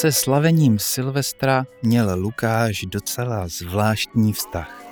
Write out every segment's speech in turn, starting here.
Se slavením Silvestra měl Lukáš docela zvláštní vztah.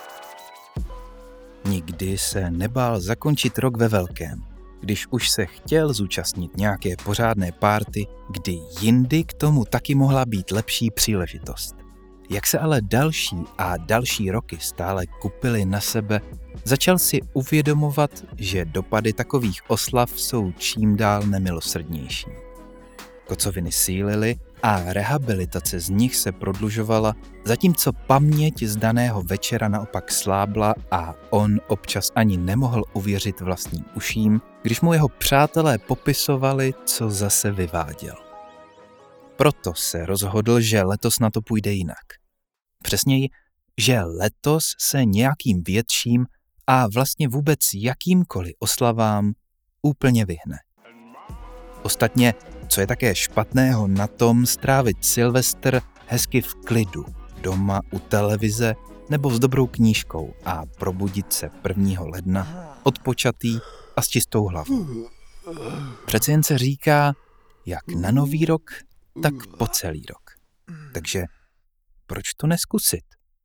Nikdy se nebál zakončit rok ve velkém, když už se chtěl zúčastnit nějaké pořádné párty, kdy jindy k tomu taky mohla být lepší příležitost. Jak se ale další a další roky stále kupily na sebe, začal si uvědomovat, že dopady takových oslav jsou čím dál nemilosrdnější. Kocoviny sílily a rehabilitace z nich se prodlužovala, zatímco paměť z daného večera naopak slábla a on občas ani nemohl uvěřit vlastním uším, když mu jeho přátelé popisovali, co zase vyváděl. Proto se rozhodl, že letos na to půjde jinak. Přesněji, že letos se nějakým větším a vlastně vůbec jakýmkoliv oslavám úplně vyhne. Ostatně, co je také špatného na tom strávit Silvestr hezky v klidu, doma u televize nebo s dobrou knížkou a probudit se 1. ledna odpočatý a s čistou hlavou. Přece jen se říká, jak na nový rok, tak po celý rok. Takže proč to neskusit?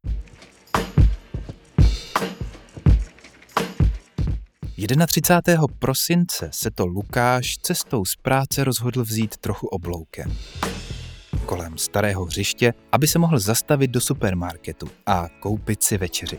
- 31. prosince se to Lukáš cestou z práce rozhodl vzít trochu obloukem. Kolem starého hřiště, aby se mohl zastavit do supermarketu a koupit si večeři.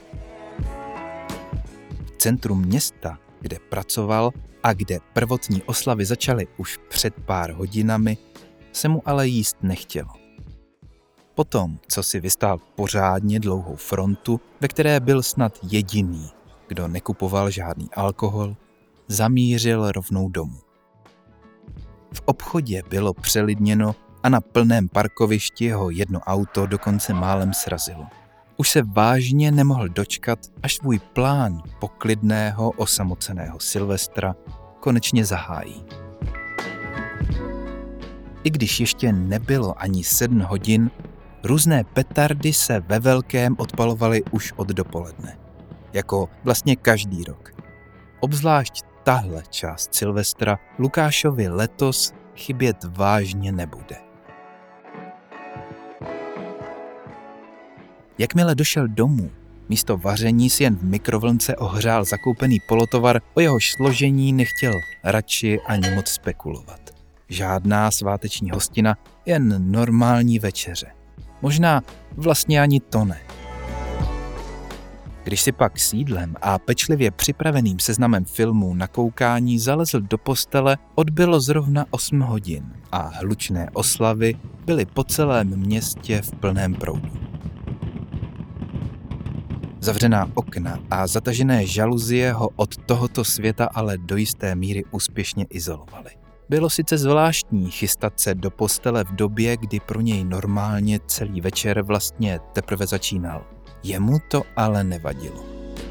V centru města, kde pracoval a kde prvotní oslavy začaly už před pár hodinami, se mu ale jíst nechtělo. Potom, co si vystál pořádně dlouhou frontu, ve které byl snad jediný, kdo nekupoval žádný alkohol, zamířil rovnou domů. V obchodě bylo přelidněno a na plném parkovišti ho jedno auto dokonce málem srazilo. Už se vážně nemohl dočkat, až svůj plán poklidného osamoceného Silvestra konečně zahájí. I když ještě nebylo ani 7 hodin, různé petardy se ve velkém odpalovaly už od dopoledne. Jako vlastně každý rok. Obzvlášť tahle část Silvestra Lukášovi letos chybět vážně nebude. Jakmile došel domů, místo vaření si jen v mikrovlnce ohřál zakoupený polotovar, o jehož složení nechtěl radši ani moc spekulovat. Žádná sváteční hostina, jen normální večeře. Možná vlastně ani to ne. Když si pak s jídlem a pečlivě připraveným seznamem filmů na koukání zalezl do postele, odbylo zrovna 8 hodin a hlučné oslavy byly po celém městě v plném proudu. Zavřená okna a zatažené žaluzie ho od tohoto světa ale do jisté míry úspěšně izolovaly. Bylo sice zvláštní chystat se do postele v době, kdy pro něj normálně celý večer vlastně teprve začínal. Jemu to ale nevadilo.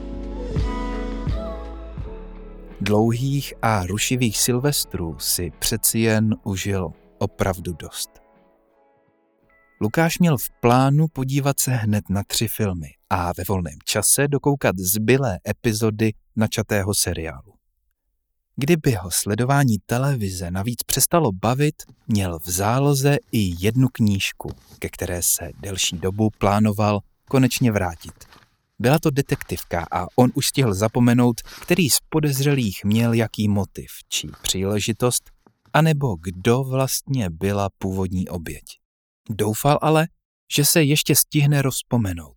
Dlouhých a rušivých silvestrů si přeci jen užil opravdu dost. Lukáš měl v plánu podívat se hned na 3 filmy a ve volném čase dokoukat zbylé epizody načatého seriálu. Kdyby ho sledování televize navíc přestalo bavit, měl v záloze i 1 knížku, ke které se delší dobu plánoval konečně vrátit. Byla to detektivka a on už stihl zapomenout, který z podezřelých měl jaký motiv či příležitost, anebo kdo vlastně byla původní oběť. Doufal ale, že se ještě stihne rozpomenout.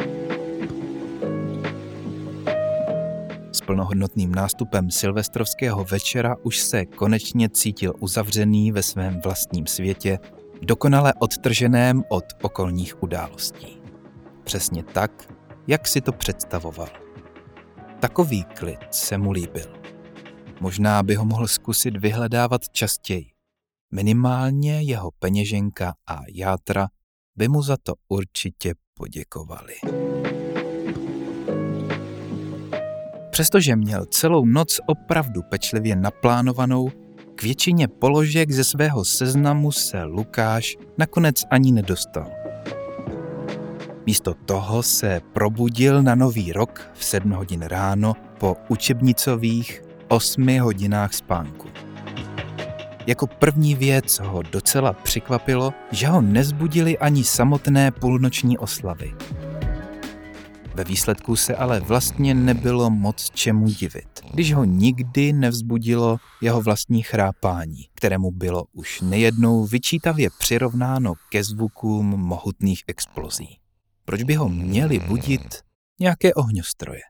S plnohodnotným nástupem silvestrovského večera už se konečně cítil uzavřený ve svém vlastním světě, dokonale odtrženém od okolních událostí. Přesně tak, jak si to představoval. Takový klid se mu líbil. Možná by ho mohl zkusit vyhledávat častěji. Minimálně jeho peněženka a játra by mu za to určitě poděkovali. Přestože měl celou noc opravdu pečlivě naplánovanou, k většině položek ze svého seznamu se Lukáš nakonec ani nedostal. Místo toho se probudil na nový rok v 7 hodin ráno po učebnicových 8 hodinách spánku. Jako první věc ho docela překvapilo, že ho nezbudili ani samotné půlnoční oslavy. Ve výsledku se ale vlastně nebylo moc čemu divit, když ho nikdy nevzbudilo jeho vlastní chrápání, kterému bylo už nejednou vyčítavě přirovnáno ke zvukům mohutných explozí. Proč by ho měli budit nějaké ohňostroje?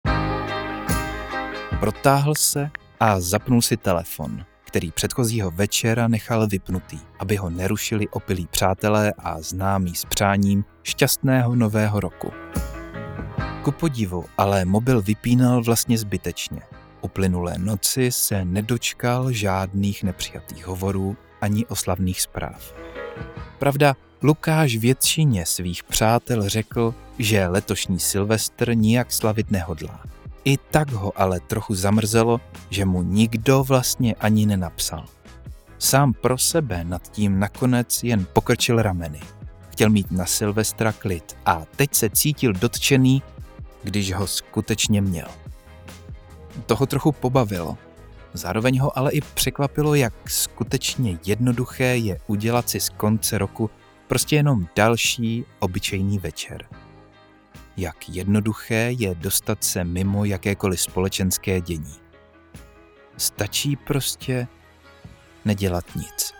Protáhl se a zapnul si telefon, který předchozího večera nechal vypnutý, aby ho nerušili opilí přátelé a známí s přáním šťastného nového roku. Ku podivu, ale mobil vypínal vlastně zbytečně. Uplynulé noci se nedočkal žádných nepřijatých hovorů ani oslavných zpráv. Pravda, Lukáš většině svých přátel řekl, že letošní Silvestr nijak slavit nehodlá. I tak ho ale trochu zamrzelo, že mu nikdo vlastně ani nenapsal. Sám pro sebe nad tím nakonec jen pokrčil rameny. Chtěl mít na Silvestra klid a teď se cítil dotčený, když ho skutečně měl. Toho trochu pobavilo. Zároveň ho ale i překvapilo, jak skutečně jednoduché je udělat si z konce roku prostě jenom další obyčejný večer. Jak jednoduché je dostat se mimo jakékoliv společenské dění. Stačí prostě nedělat nic.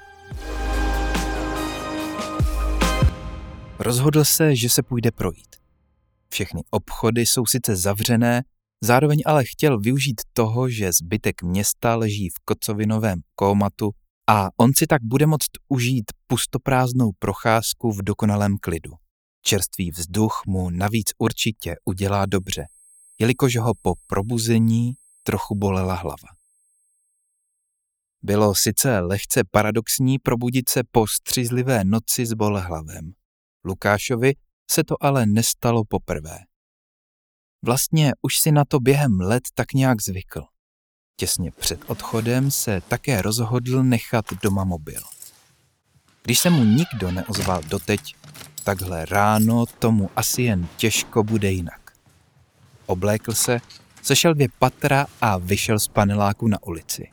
Rozhodl se, že se půjde projít. Všechny obchody jsou sice zavřené, zároveň ale chtěl využít toho, že zbytek města leží v kocovinovém kómatu a on si tak bude moct užít pustoprázdnou procházku v dokonalém klidu. Čerstvý vzduch mu navíc určitě udělá dobře, jelikož ho po probuzení trochu bolela hlava. Bylo sice lehce paradoxní probudit se po střízlivé noci s bolehlavem. Lukášovi se to ale nestalo poprvé. Vlastně už si na to během let tak nějak zvykl. Těsně před odchodem se také rozhodl nechat doma mobil. Když se mu nikdo neozval doteď, takhle ráno tomu asi jen těžko bude jinak. Oblékl se, sešel 2 patra a vyšel z paneláku na ulici.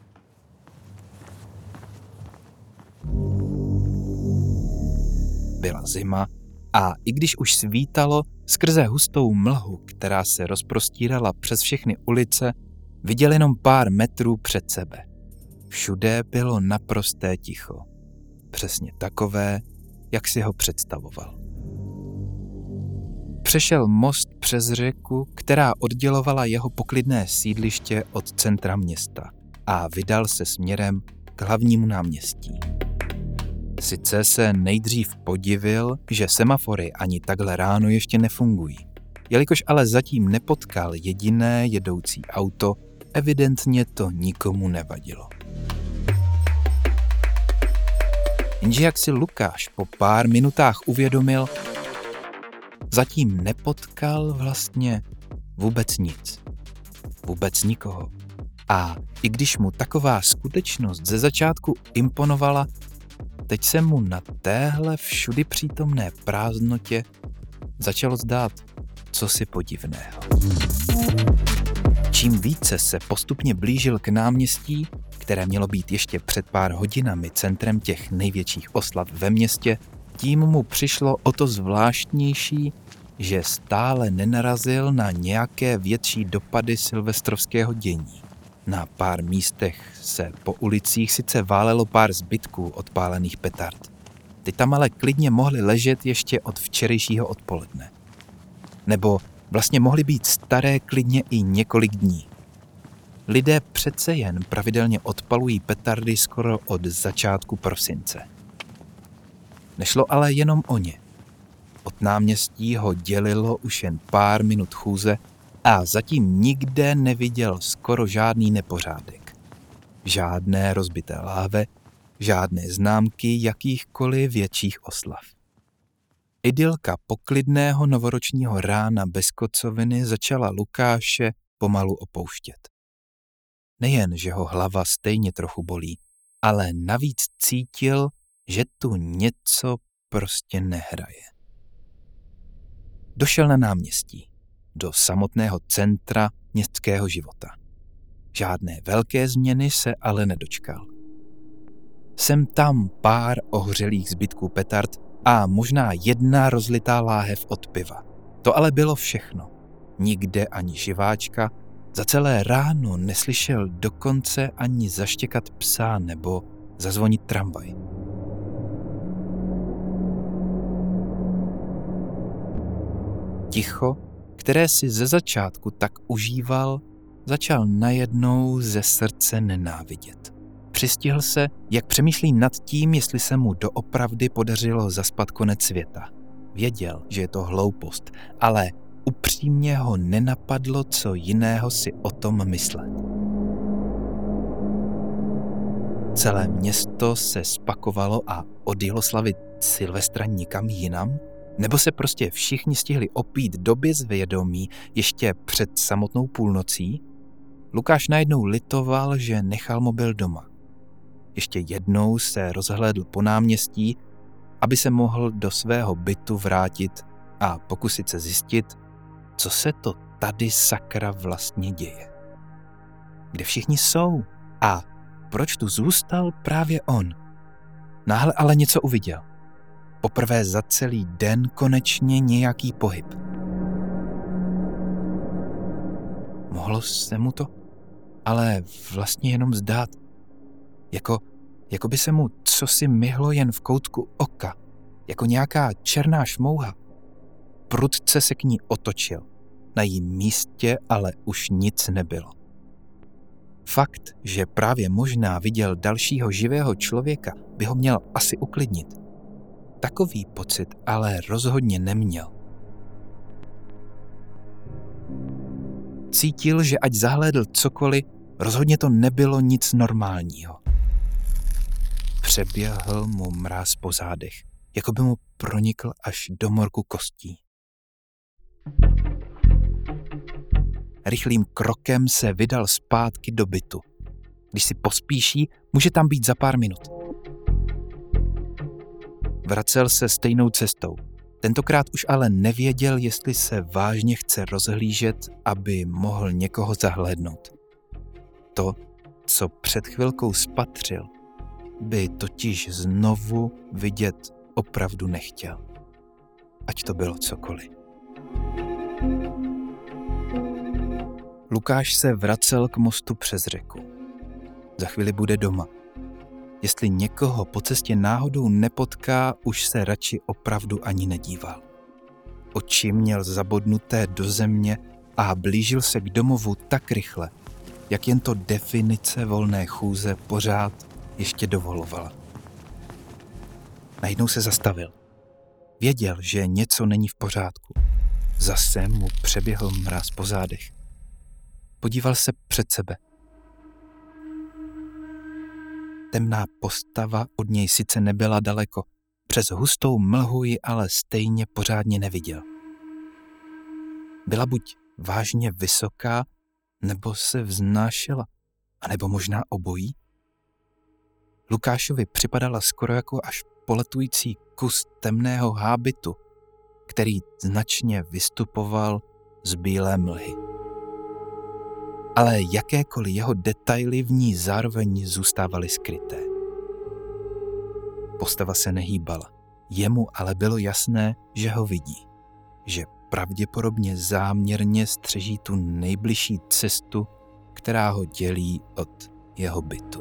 Byla zima a i když už svítalo, skrze hustou mlhu, která se rozprostírala přes všechny ulice, viděl jenom pár metrů před sebe. Všude bylo naprosté ticho. Přesně takové, jak si ho představoval. Přešel most přes řeku, která oddělovala jeho poklidné sídliště od centra města a vydal se směrem k hlavnímu náměstí. Sice se nejdřív podivil, že semafory ani takhle ráno ještě nefungují. Jelikož ale zatím nepotkal jediné jedoucí auto, evidentně to nikomu nevadilo. Jenže jak si Lukáš po pár minutách uvědomil, zatím nepotkal vlastně vůbec nic. Vůbec nikoho. A i když mu taková skutečnost ze začátku imponovala, teď se mu na téhle všudy přítomné prázdnotě začalo zdát cosi podivného. Čím více se postupně blížil k náměstí, které mělo být ještě před pár hodinami centrem těch největších oslav ve městě, tím mu přišlo o to zvláštnější, že stále nenarazil na nějaké větší dopady silvestrovského dění. Na pár místech se po ulicích sice válelo pár zbytků odpálených petard. Ty tam ale klidně mohly ležet ještě od včerejšího odpoledne. Nebo vlastně mohly být staré klidně i několik dní. Lidé přece jen pravidelně odpalují petardy skoro od začátku prosince. Nešlo ale jenom o ně. Od náměstí ho dělilo už jen pár minut chůze a zatím nikde neviděl skoro žádný nepořádek. Žádné rozbité láhve, žádné známky jakýchkoliv větších oslav. Idylka poklidného novoročního rána bez kocoviny začala Lukáše pomalu opouštět. Nejen, že ho hlava stejně trochu bolí, ale navíc cítil, že tu něco prostě nehraje. Došel na náměstí, do samotného centra městského života. Žádné velké změny se ale nedočkal. Sem tam pár ohořelých zbytků petard a možná jedna rozlitá láhev od piva. To ale bylo všechno. Nikde ani živáčka, za celé ráno neslyšel dokonce ani zaštěkat psa nebo zazvonit tramvaj. Ticho, které si ze začátku tak užíval, začal najednou ze srdce nenávidět. Přistihl se, jak přemýšlí nad tím, jestli se mu doopravdy podařilo zaspat konec světa. Věděl, že je to hloupost, ale upřímně ho nenapadlo, co jiného si o tom myslet. Celé město se spakovalo a odjelo slavit Silvestra nikam jinam? Nebo se prostě všichni stihli opít do bezvědomí ještě před samotnou půlnocí? Lukáš najednou litoval, že nechal mobil doma. Ještě jednou se rozhlédl po náměstí, aby se mohl do svého bytu vrátit a pokusit se zjistit, co se to tady sakra vlastně děje. Kde všichni jsou a proč tu zůstal právě on? Náhle ale něco uviděl. Poprvé za celý den konečně nějaký pohyb. Mohlo se mu to ale vlastně jenom zdát. Jako by se mu cosi myhlo jen v koutku oka, jako nějaká černá šmouha. Prudce se k ní otočil. Na jejím místě ale už nic nebylo. Fakt, že právě možná viděl dalšího živého člověka, by ho měl asi uklidnit. Takový pocit ale rozhodně neměl. Cítil, že ať zahlédl cokoliv, rozhodně to nebylo nic normálního. Přeběhl mu mráz po zádech, jako by mu pronikl až do morku kostí. Rychlým krokem se vydal zpátky do bytu. Když si pospíší, může tam být za pár minut. Vracel se stejnou cestou. Tentokrát už ale nevěděl, jestli se vážně chce rozhlížet, aby mohl někoho zahlédnout. To, co před chvilkou spatřil, by totiž znovu vidět opravdu nechtěl. Ať to bylo cokoliv. Lukáš se vracel k mostu přes řeku. Za chvíli bude doma. Jestli někoho po cestě náhodou nepotká, už se radši opravdu ani nedíval. Oči měl zabodnuté do země a blížil se k domovu tak rychle, jak jen to definice volné chůze pořád ještě dovolovala. Najednou se zastavil. Věděl, že něco není v pořádku. Zase mu přeběhl mráz po zádech. Podíval se před sebe. Temná postava od něj sice nebyla daleko, přes hustou mlhu ji ale stejně pořádně neviděl. Byla buď vážně vysoká, nebo se vznášela, anebo možná obojí. Lukášovi připadala skoro jako až poletující kus temného hábitu, který značně vystupoval z bílé mlhy. Ale jakékoliv jeho detaily v ní zároveň zůstávaly skryté. Postava se nehýbala, jemu ale bylo jasné, že ho vidí, že pravděpodobně záměrně střeží tu nejbližší cestu, která ho dělí od jeho bytu.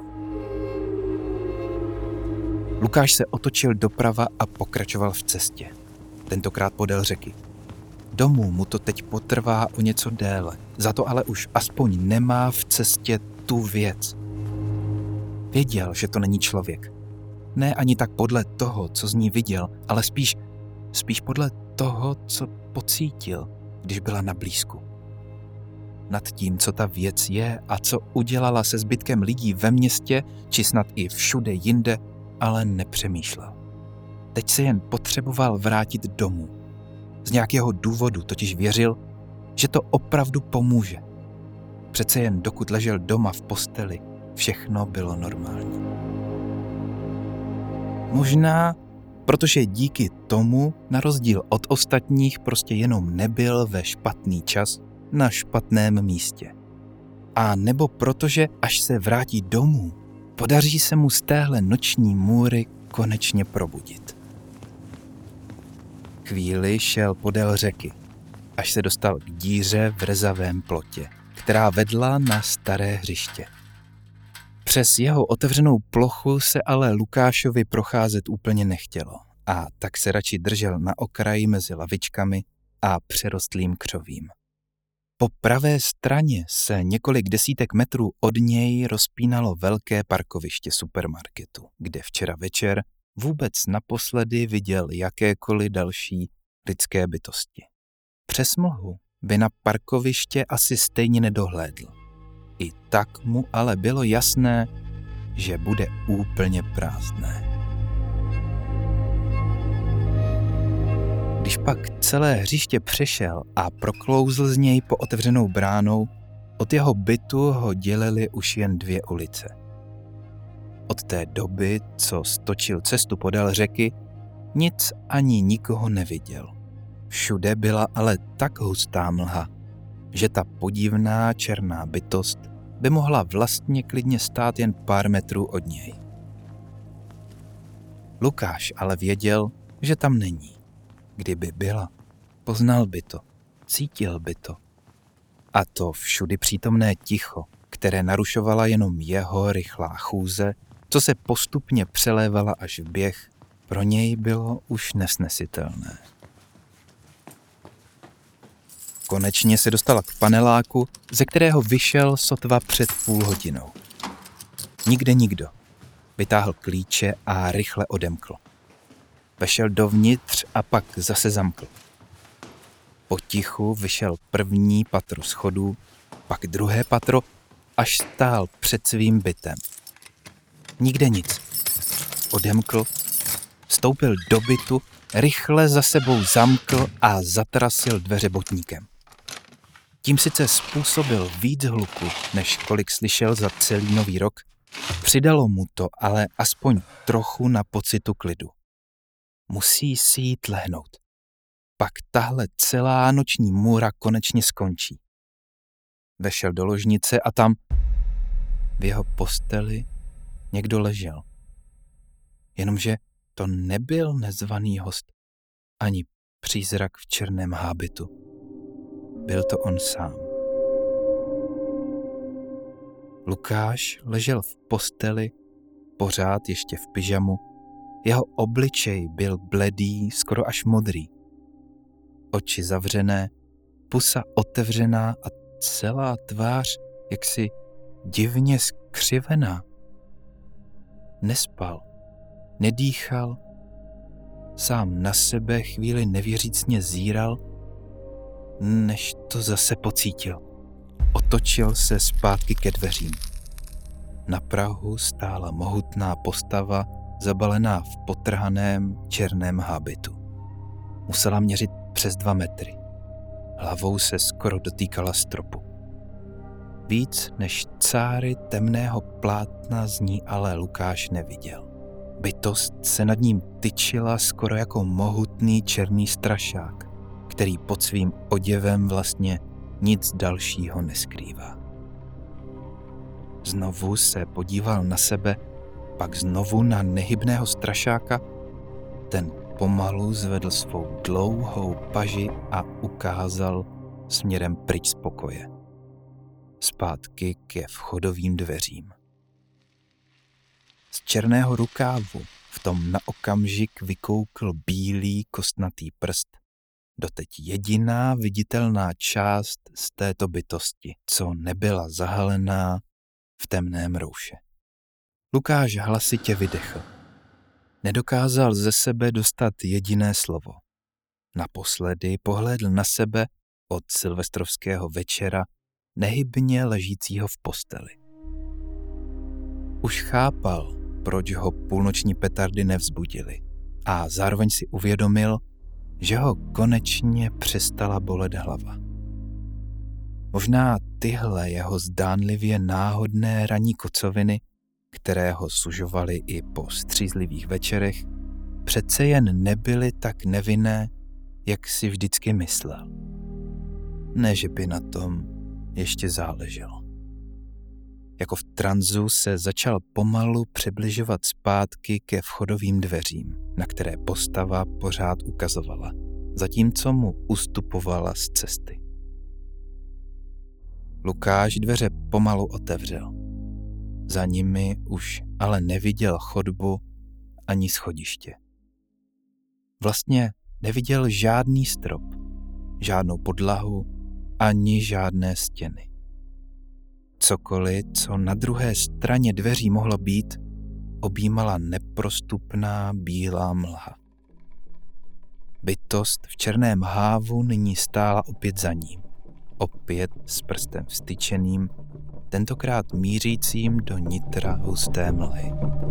Lukáš se otočil doprava a pokračoval v cestě, tentokrát podél řeky. Domů mu to teď potrvá o něco déle, za to ale už aspoň nemá v cestě tu věc. Věděl, že to není člověk. Ne ani tak podle toho, co z ní viděl, ale spíš podle toho, co pocítil, když byla na blízku. Nad tím, co ta věc je a co udělala se zbytkem lidí ve městě, či snad i všude jinde, ale nepřemýšlel. Teď se jen potřeboval vrátit domů. Z nějakého důvodu totiž věřil, že to opravdu pomůže. Přece jen dokud ležel doma v posteli, všechno bylo normální. Možná, protože díky tomu, na rozdíl od ostatních, prostě jenom nebyl ve špatný čas na špatném místě. A nebo protože, až se vrátí domů, podaří se mu z téhle noční můry konečně probudit. Chvíli šel podél řeky, až se dostal k díře v rezavém plotě, která vedla na staré hřiště. Přes jeho otevřenou plochu se ale Lukášovi procházet úplně nechtělo a tak se radši držel na okraji mezi lavičkami a přerostlým křovím. Po pravé straně se několik desítek metrů od něj rozpínalo velké parkoviště supermarketu, kde včera večer vůbec naposledy viděl jakékoliv další lidské bytosti. Přes mlhu by na parkoviště asi stejně nedohlédl. I tak mu ale bylo jasné, že bude úplně prázdné. Když pak celé hřiště přešel a proklouzl z něj po otevřenou bránou, od jeho bytu ho dělily už jen 2 ulice. Od té doby, co stočil cestu podél řeky, nic ani nikoho neviděl. Všude byla ale tak hustá mlha, že ta podivná černá bytost by mohla vlastně klidně stát jen pár metrů od něj. Lukáš ale věděl, že tam není. Kdyby byla, poznal by to, cítil by to. A to všudy přítomné ticho, které narušovala jenom jeho rychlá chůze, co se postupně přelévala až v běh, pro něj bylo už nesnesitelné. Konečně se dostala k paneláku, ze kterého vyšel sotva před půl hodinou. Nikde nikdo. Vytáhl klíče a rychle odemkl. Vešel dovnitř a pak zase zamkl. Potichu vyšel první patro schodů, pak druhé patro, až stál před svým bytem. Nikde nic. Odemkl, vstoupil do bytu, rychle za sebou zamkl a zatrasil dveře botníkem. Tím sice způsobil víc hluku, než kolik slyšel za celý nový rok, přidalo mu to ale aspoň trochu na pocitu klidu. Musí si jít lehnout. Pak tahle celá noční můra konečně skončí. Vešel do ložnice a tam v jeho posteli někdo ležel. Jenomže to nebyl nezvaný host, ani přízrak v černém hábitu. Byl to on sám. Lukáš ležel v posteli, pořád ještě v pyžamu. Jeho obličej byl bledý, skoro až modrý. Oči zavřené, pusa otevřená a celá tvář jaksi divně skřivená. Nespal, nedýchal, sám na sebe chvíli nevěřícně zíral, než to zase pocítil. Otočil se zpátky ke dveřím. Na prahu stála mohutná postava, zabalená v potrhaném černém hábitu. Musela měřit přes 2 metry. Hlavou se skoro dotýkala stropu. Víc než cáry temného plátna z ní ale Lukáš neviděl. Bytost se nad ním tyčila skoro jako mohutný černý strašák, který pod svým oděvem vlastně nic dalšího neskrývá. Znovu se podíval na sebe, pak znovu na nehybného strašáka. Ten pomalu zvedl svou dlouhou paži a ukázal směrem pryč z pokoje. Zpátky ke vchodovým dveřím. Z černého rukávu v tom na okamžik vykoukl bílý kostnatý prst, doteď jediná viditelná část z této bytosti, co nebyla zahalená v temném rouše. Lukáš hlasitě vydechl. Nedokázal ze sebe dostat jediné slovo. Naposledy pohlédl na sebe od silvestrovského večera nehybně ležícího v posteli. Už chápal, proč ho půlnoční petardy nevzbudily, a zároveň si uvědomil, že ho konečně přestala bolet hlava. Možná tyhle jeho zdánlivě náhodné ranní kocoviny, které ho sužovaly i po střízlivých večerech, přece jen nebyly tak nevinné, jak si vždycky myslel. Ne, že by na tom ještě záleželo. Jako v tranzu se začal pomalu přibližovat zpátky ke vchodovým dveřím, na které postava pořád ukazovala, zatímco mu ustupovala z cesty. Lukáš dveře pomalu otevřel. Za nimi už ale neviděl chodbu ani schodiště. Vlastně neviděl žádný strop, žádnou podlahu ani žádné stěny. Cokoliv, co na druhé straně dveří mohlo být, objímala neprostupná bílá mlha. Bytost v černém hávu nyní stála opět za ním, opět s prstem vztyčeným, tentokrát mířícím do nitra husté mlhy.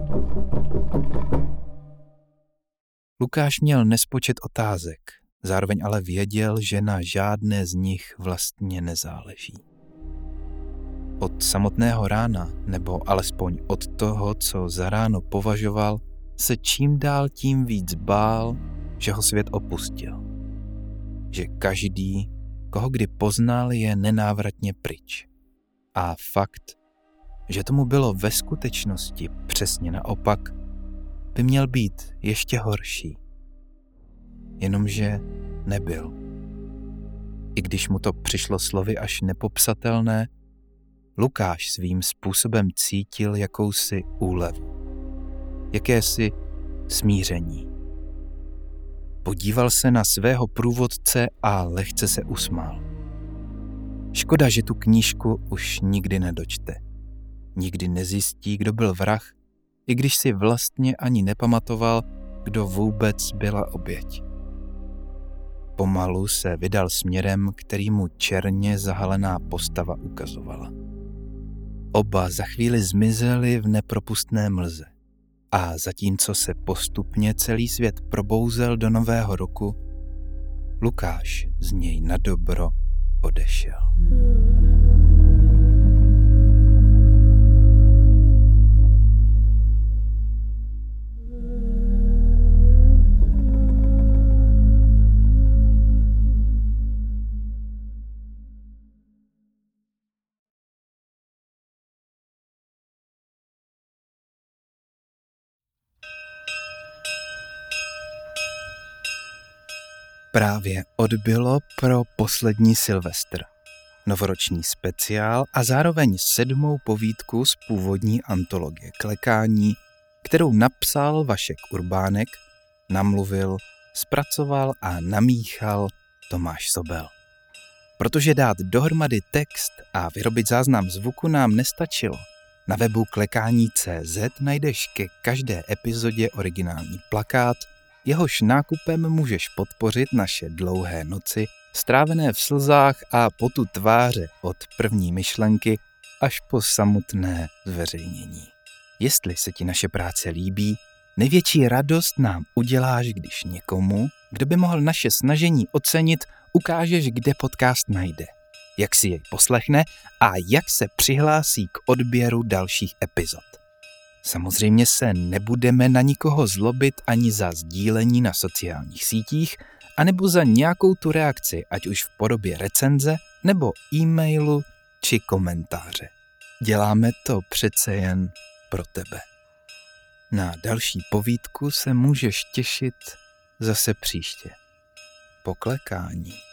Lukáš měl nespočet otázek, zároveň ale věděl, že na žádné z nich vlastně nezáleží. Od samotného rána, nebo alespoň od toho, co za ráno považoval, se čím dál tím víc bál, že ho svět opustil. Že každý, koho kdy poznal, je nenávratně pryč. A fakt, že tomu bylo ve skutečnosti přesně naopak, by měl být ještě horší. Jenomže nebyl. I když mu to přišlo slovy až nepopsatelné, Lukáš svým způsobem cítil jakousi úlevu. Jakési smíření. Podíval se na svého průvodce a lehce se usmál. Škoda, že tu knížku už nikdy nedočte. Nikdy nezjistí, kdo byl vrah, i když si vlastně ani nepamatoval, kdo vůbec byla oběť. Pomalu se vydal směrem, který mu černě zahalená postava ukazovala. Oba za chvíli zmizeli v nepropustné mlze. A zatímco se postupně celý svět probouzel do nového roku, Lukáš z něj nadobro odešel. Právě odbylo pro poslední Silvestr, novoroční speciál a zároveň 7. povídku z původní antologie Klekání, kterou napsal Vašek Urbánek, namluvil, zpracoval a namíchal Tomáš Sobel. Protože dát dohromady text a vyrobit záznam zvuku nám nestačilo, na webu klekání.cz najdeš ke každé epizodě originální plakát, jehož nákupem můžeš podpořit naše dlouhé noci, strávené v slzách a potu tváře od první myšlenky až po samotné zveřejnění. Jestli se ti naše práce líbí, největší radost nám uděláš, když někomu, kdo by mohl naše snažení ocenit, ukážeš, kde podcast najde, jak si jej poslechne a jak se přihlásí k odběru dalších epizod. Samozřejmě se nebudeme na nikoho zlobit ani za sdílení na sociálních sítích, anebo za nějakou tu reakci, ať už v podobě recenze, nebo e-mailu či komentáře. Děláme to přece jen pro tebe. Na další povídku se můžeš těšit zase příště. Po klekání.